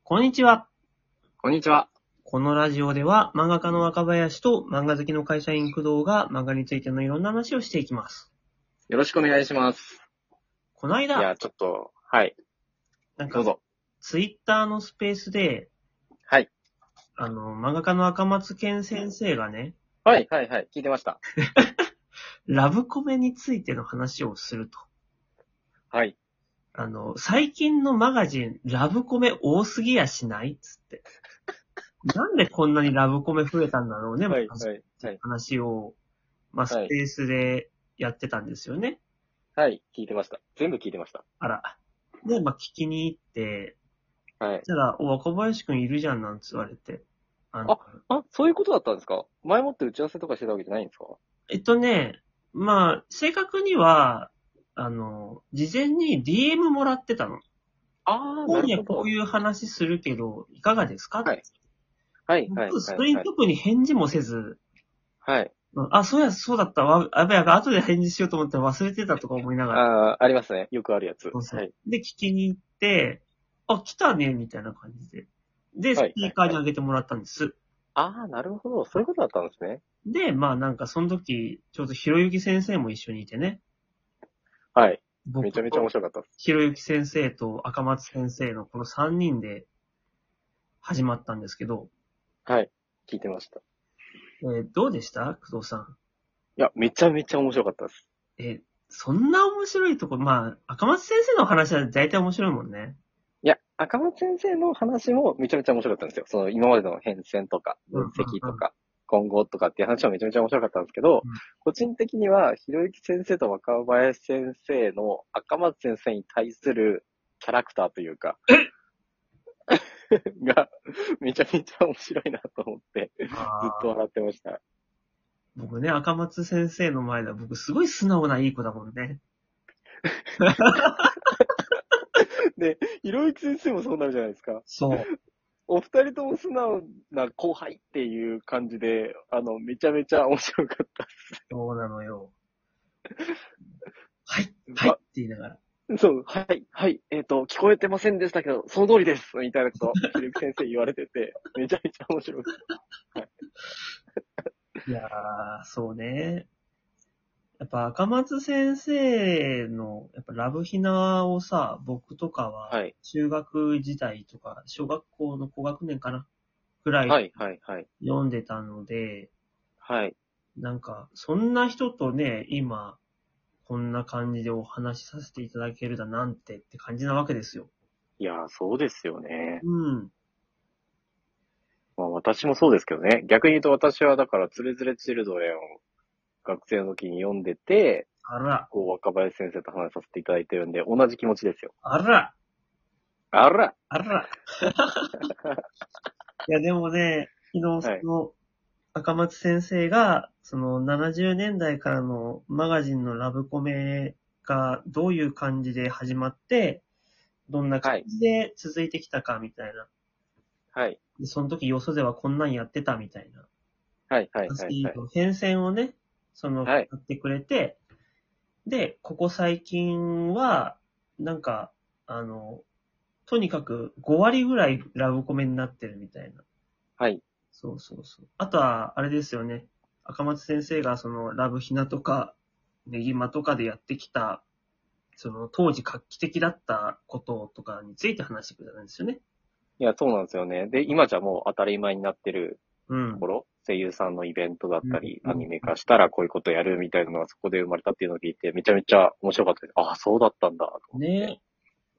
こんにちは。 こんにちは。 このラジオでは漫画家の若林と漫画好きの会社員工藤が漫画についてのいろんな話をしていきます。 よろしくお願いします。 この間、 いや、ちょっと、はい。 なんかどうぞ。 ツイッターのスペースで、 はい。 漫画家の赤松健先生がね、 はい、はい、はい。聞いてました。 ラブコメについての話をすると。 はい。 最近のマガジン、ラブコメ多すぎやしないつって。なんでこんなにラブコメ増えたんだろうね、 はい、 まずはい、はい。 話を、スはい。 ペースでやってたんですよね。 はい。聞いてました。全部聞いてました。 あら。で、聞きに行って、 はい。 じゃあ、若林くんいるじゃんなんつ言われて。 あ、そういうことだったんですか？前もって打ち合わせとかしてたわけじゃないんですか？ 正確には、事前に DM もらってたの。 ああー、な今るほど。 夜こういう話するけど、いかがですか？ はい。はい、はい、 僕、そはい、はい。 れに特に返事もせず、 はい。 そうだったわ。やべやべ、後で返事しようと思って忘れてたとか思いながら。 ああ、ありますね。よくあるやつ。 そうそう。 はい。 で、聞きに行って、来たね、みたいな感じで。で、スはい、はい、 ピーカーにはい。 上げてもらったんです。 ああ、なるほど。そういうことだったんですね。 で、その時、ちょうどひろゆき先生も一緒にいてね、 はい。めちゃめちゃ面僕と白かったです。 ひろゆき先生と赤松先生のこの3人で始まったんですけど、 はい。聞いてました。 どうでした工藤さん。 いや、めちゃめちゃ面白かったです。 そんな面白いとこ、赤松先生の話は大体面白いもんね。 いや、赤松先生の話もめちゃめちゃ面白かったんですよ。その今までの変遷とか、分うんうんうん。 析とか、今後とかっていう話はめちゃめちゃ面白かったんですけど、個人的には、ひろゆき先生と若林先生の赤松先生に対するキャラクターというか、が、めちゃめちゃ面白いなと思って、ずっと笑ってました。 僕ね、赤松先生の前では僕すごい素直ないい子だもんね。 で、ひろゆき先生もそうなるじゃないですか。 そう。 お二人とも素直な後輩っていう感じで、めちゃめちゃ面白かったです。 そうなのよ。はい、はいってあ、 言いながら。 そう、はい、はい、聞こえてませんでしたけど、その通りです、みたいなこと、ひろゆき先生言われてて、めちゃめちゃ面白くて。はい。 いやそうね。やっぱ赤松先生の、やっぱラブヒナをさ、僕とかは、 はい、 中学時代とか、小学校の高学年かなぐらいはい、はい、はい。 読んでたので、 はい。 そんな人とね、今、こんな感じでお話しさせていただけるだなんてって感じなわけですよ。 いやー、そうですよね。 うん。 まあ私もそうですけどね。逆に言うと私はだから、つれづれチルドレンを学生の時に読んでて、 あら、 こう、若林先生と話させていただいてるんで、同じ気持ちですよ。 あら、 あらあら。いや、でもね、昨日はい、 赤松先生が、その70年代からのマガジンのラブコメがどういう感じで始まって、どんな感はい、 じで続いてきたかみたいな。 はい、 でその時よそではこんなんやってたみたいな。 はい、はい、はい、はい。 変遷をね、 はい、 やってくれて、で、ここ最近は、なんか、あの、とにかく5割ぐらいラブコメになってるみたいな。 はい。 そうそうそう。あとは、あれですよね。赤松先生がそのラブヒナとか、ネギマとかでやってきた、その当時画期的だったこととかについて話してくれたんですよね。 いや、そうなんですよね。で、今じゃもう当たり前になってるうん。 ところ、声優さんのイベントだっうん。 たり、アニうん。 メ化したらこういうことやるみたいなのがそこで生まれたっていうのを聞いて、めちゃめちゃ面白かったです。ああ、そうだったんだ、と思って。 ね。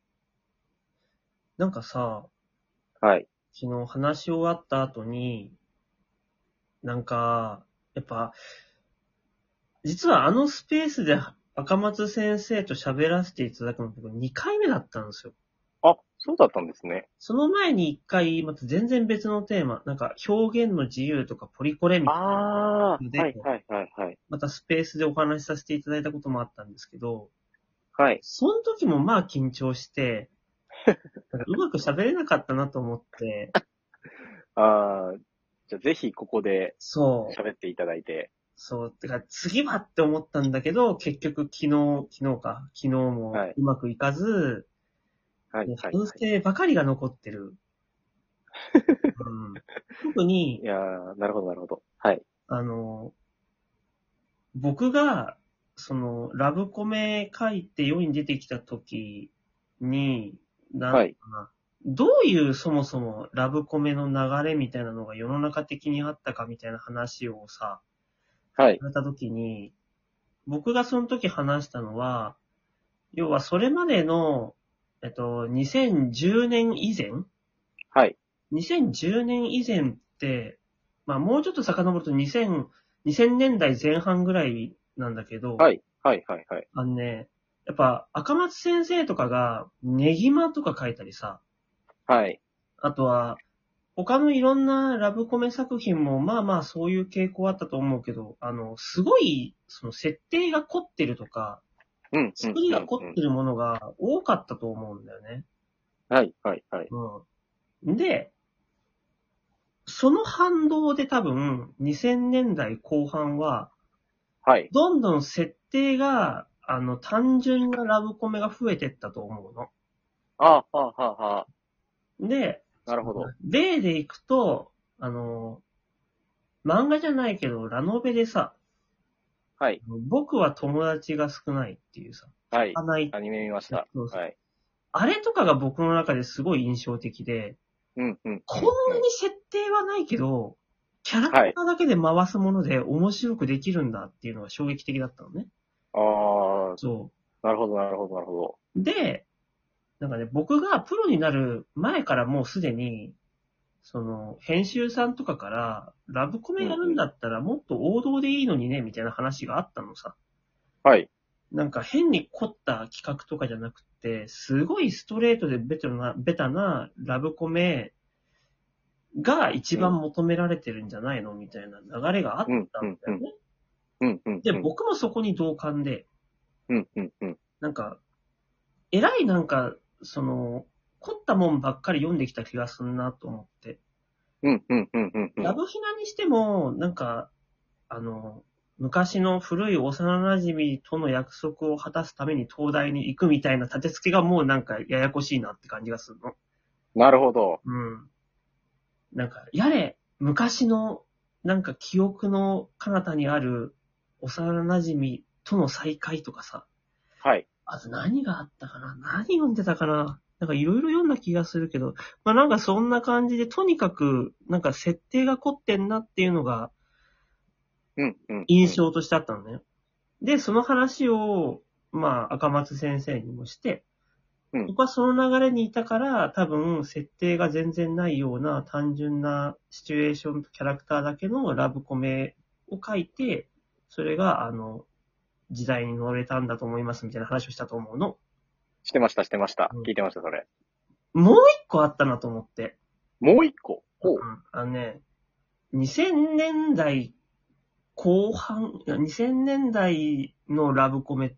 なんかさ、 はい。 昨日話し終わった後に、なんか、やっぱ、実はあのスペースで赤松先生と喋らせていただくの僕2回目だったんですよ。 あ、そうだったんですね。 その前に1回、また全然別のテーマ、表現の自由とかポリコレみたいああ、 なので、 はいはいはいはい。 またスペースでお話しさせていただいたこともあったんですけど、 はい。 その時も緊張して、うまく喋れなかったなと思って、 ああ、じゃあぜひここでそう、 喋っていただいて。 てか次はって思ったんだけど、結局昨日もはい。 うまくいかず、 はいもう反はいはい。 省ばかりが残ってる。 うん、特にい、やー、なるほど、なるほど。はい。 あの、僕が、ラブコメ書いて世に出てきた時に、なんはい。 だろうな、どういうそもそもラブコメの流れみたいなのが世の中的にあったかみたいな話をさ、 はい。 された時に、僕がその時話したのは、要はそれまでの、2010年以前はい。 ?2010 年以前って、まあもうちょっと遡ると2000年代前半ぐらいなんだけど、 はい。はい。はい。はい。 あのね、やっぱ赤松先生とかがネギマとか書いたりさ、 はい。 あとは他のいろんなラブコメ作品もまあまあそういう傾向あったと思うけど、すごい、その設定が凝ってるとか、 うん。うん。 作りがうん。うん。 凝ってるものが多かったと思うんだよね。 はい。はい。はい。 うん。で、その反動で多分2000年代後半は、 はい。 どんどん設定が、単純なラブコメが増えてったと思うの。 あー、はあ、はあ、はあ。 で、 なるほど。 例でいくと、漫画じゃないけど、ラノベでさ、 はい。 僕は友達が少ないっていうさ、 はい。 聞かないアニメ見ました。 そうそう。 はい。 あれとかが僕の中ですごい印象的で、 うん。うん。 こんうん。うん。 なに設定はないけど、キャラクはい。 ターだけで回すもので面白くできるんだっていうのが衝撃的だったのね。 あー、 そなるほど、なるほど、なるほど。 う。で、なんかね、僕がプロになる前からもうすでに、編集さんとかから、ラブコメやうん。うん。 るんだったらもっと王道でいいのにね、みたいな話があったのさ。 はい。 なんか変に凝った企画とかじゃなくて、すごいストレートでベタなラブコメが一うん。 番求められてるんじゃないのみたいな流れがあっうん。 たうん。うん。 んだよね。 うん。うん。 で、 うん。 僕もそこに同感で、 うん。うん。うん。 なんか、えらいなんか、凝ったもんばっかり読んできた気がすんなと思って。 うん。うん。うん。うん。うん。 ラブヒナにしても、なんか、あの、昔の古い幼馴染との約束を果たすために東大に行くみたいな立て付けがもうなんかややこしいなって感じがするの。 なるほど。 うん。なんか、やれ、昔の、なんか記憶の彼方にある幼馴染との再会とかさ、 はい。 あと何があったかな何読んでたかななんかいろいろ読んだ気がするけど、まあなんかそんな感じで、とにかく、なんか設定が凝ってんなっていうのがうん。うん。うん。 印象としてあったのね。で、その話を、まあ赤松先生にもして、 うん。 僕はその流れにいたから、多分、設定が全然ないような単純なシチュエーションとキャラクターだけのラブコメを書いて、それが、時代に乗れたんだと思いますみたいな話をしたと思うの。 してました、してました。 うん、 聞いてました、それ。 もう一個あったなと思って。 もう一個。 うん、 ほう。 2000年代後半、いや2000年代のラブコメって、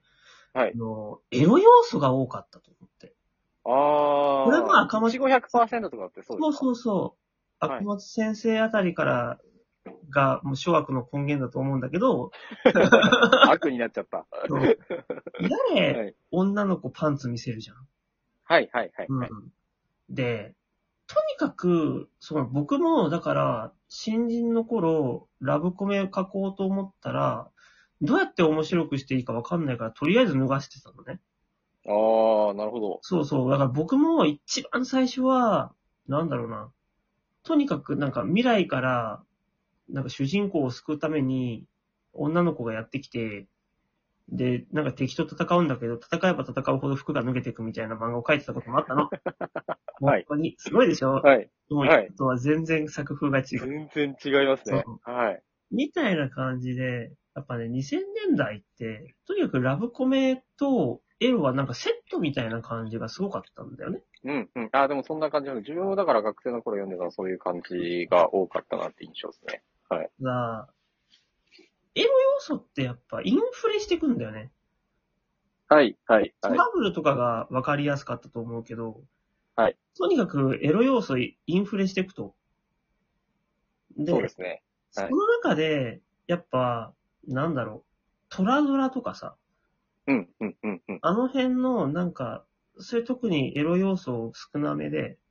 はい。 エロ要素が多かったと思って。これもあー、いち赤松、 ご100%とかってそうですか？ そうそうそう。赤はい。 松先生あたりからが、もう諸悪の根源だと思うんだけど、 悪になっちゃった。 そう。やれ、 はい。 女の子パンツ見せるじゃん。 はい、はい、はい、はい。 うん。で、とにかく、僕も、だから、新人の頃、ラブコメを書こうと思ったら、どうやって面白くしていいかわかんないから、とりあえず脱がしてたのね。 あー、なるほど。 そうそう。だから僕も一番最初は、なんだろうな。とにかく、なんか未来から、なんか主人公を救うために、女の子がやってきて、で、なんか敵と戦うんだけど、戦えば戦うほど服が脱げていくみたいな漫画を描いてたこともあったの。 はい。 本当に。すごいでしょ？ はい。 もうはい。 今とは全然作風が違う。 全然違いますね。 そう。 はい。 みたいな感じで、やっぱね、2000年代って、とにかくラブコメとエロはなんかセットみたいな感じがすごかったんだよね。 うん、うん。あー、でもそんな感じなの。自分もだから学生の頃読んでたのはそういう感じが多かったなって印象ですね。はい。 エロ要素ってやっぱインフレしてくんだよね。 はい、はい、はい。 トラブルとかが分かりやすかったと思うけど、 はい。 とにかくエロ要素インフレしていくと。で、 そうですね。はい。 その中で、やっぱ、なんだろう、トラドラとかさ、 うん、うん、うん、うん。 あの辺のなんか、それ特にエロ要素少なめで、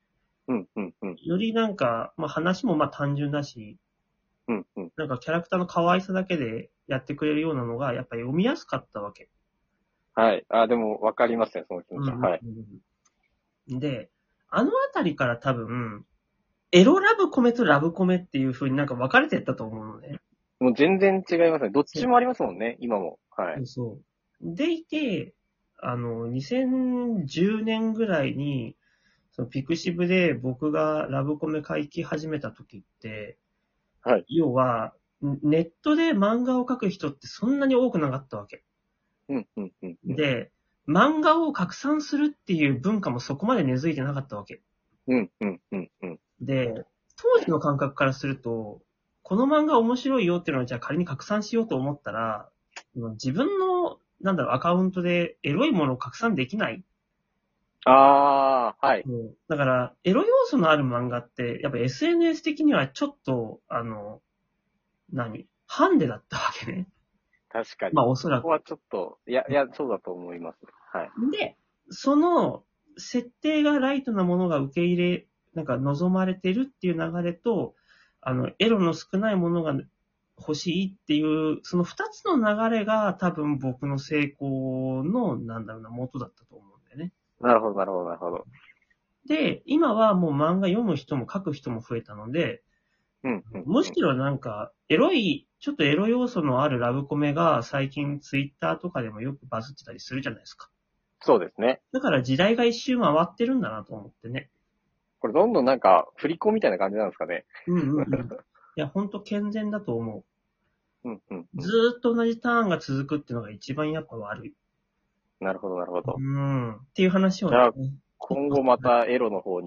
うんうんうん。 よりなんか、まあ話もまあ単純だし、 うんうん。 なんかキャラクターの可愛さだけでやってくれるようなのが、やっぱり読みやすかったわけ。 はい。あ、でもわかりますね、その気持ちは。 うんうんはい。 うん。で、あのあたりから多分、エロラブコメとラブコメっていう風になんか分かれてったと思うのね。 もう全然違いますね。どっちもありますもんね、今も。はい。 そうそう。でいて、2010年ぐらいに、そのピクシブで僕がラブコメ書き始めた時って、 はい。 要は、ネットで漫画を描く人ってそんなに多くなかったわけ。 うんうんうんうん。 で、漫画を拡散するっていう文化もそこまで根付いてなかったわけ。 うんうんうんうん。 で、当時の感覚からすると、この漫画面白いよっていうのをじゃあ仮に拡散しようと思ったら、自分の、アカウントでエロいものを拡散できない。 ああ、はい。 だから、エロ要素のある漫画って、やっぱ SNS 的にはちょっと、ハンデだったわけね。 確かに。 まあおそらく。 ここはちょっと、いや、そうだと思います。はい。 で、その設定がライトなものが受け入れ、望まれてるっていう流れと、エロの少ないものが欲しいっていう、その二つの流れが多分僕の成功の、元だったと思うんだよね。 なるほど、なるほど、なるほど。 で、今はもう漫画読む人も書く人も増えたので、 うん、うん、うん。 むしろちょっとエロ要素のあるラブコメが最近ツイッターとかでもよくバズってたりするじゃないですか。 そうですね。 だから時代が一周回ってるんだなと思ってね。 これどんどんなんか、振り子みたいな感じなんですかね。 うんうんうん。いや、ほんと健全だと思うん、うん、 う。 うん。 ずーっと同じターンが続くっていうのが一番やっぱ悪い。 なるほど、なるほど。 っていう話をね。 じゃあ、今後またエロの方に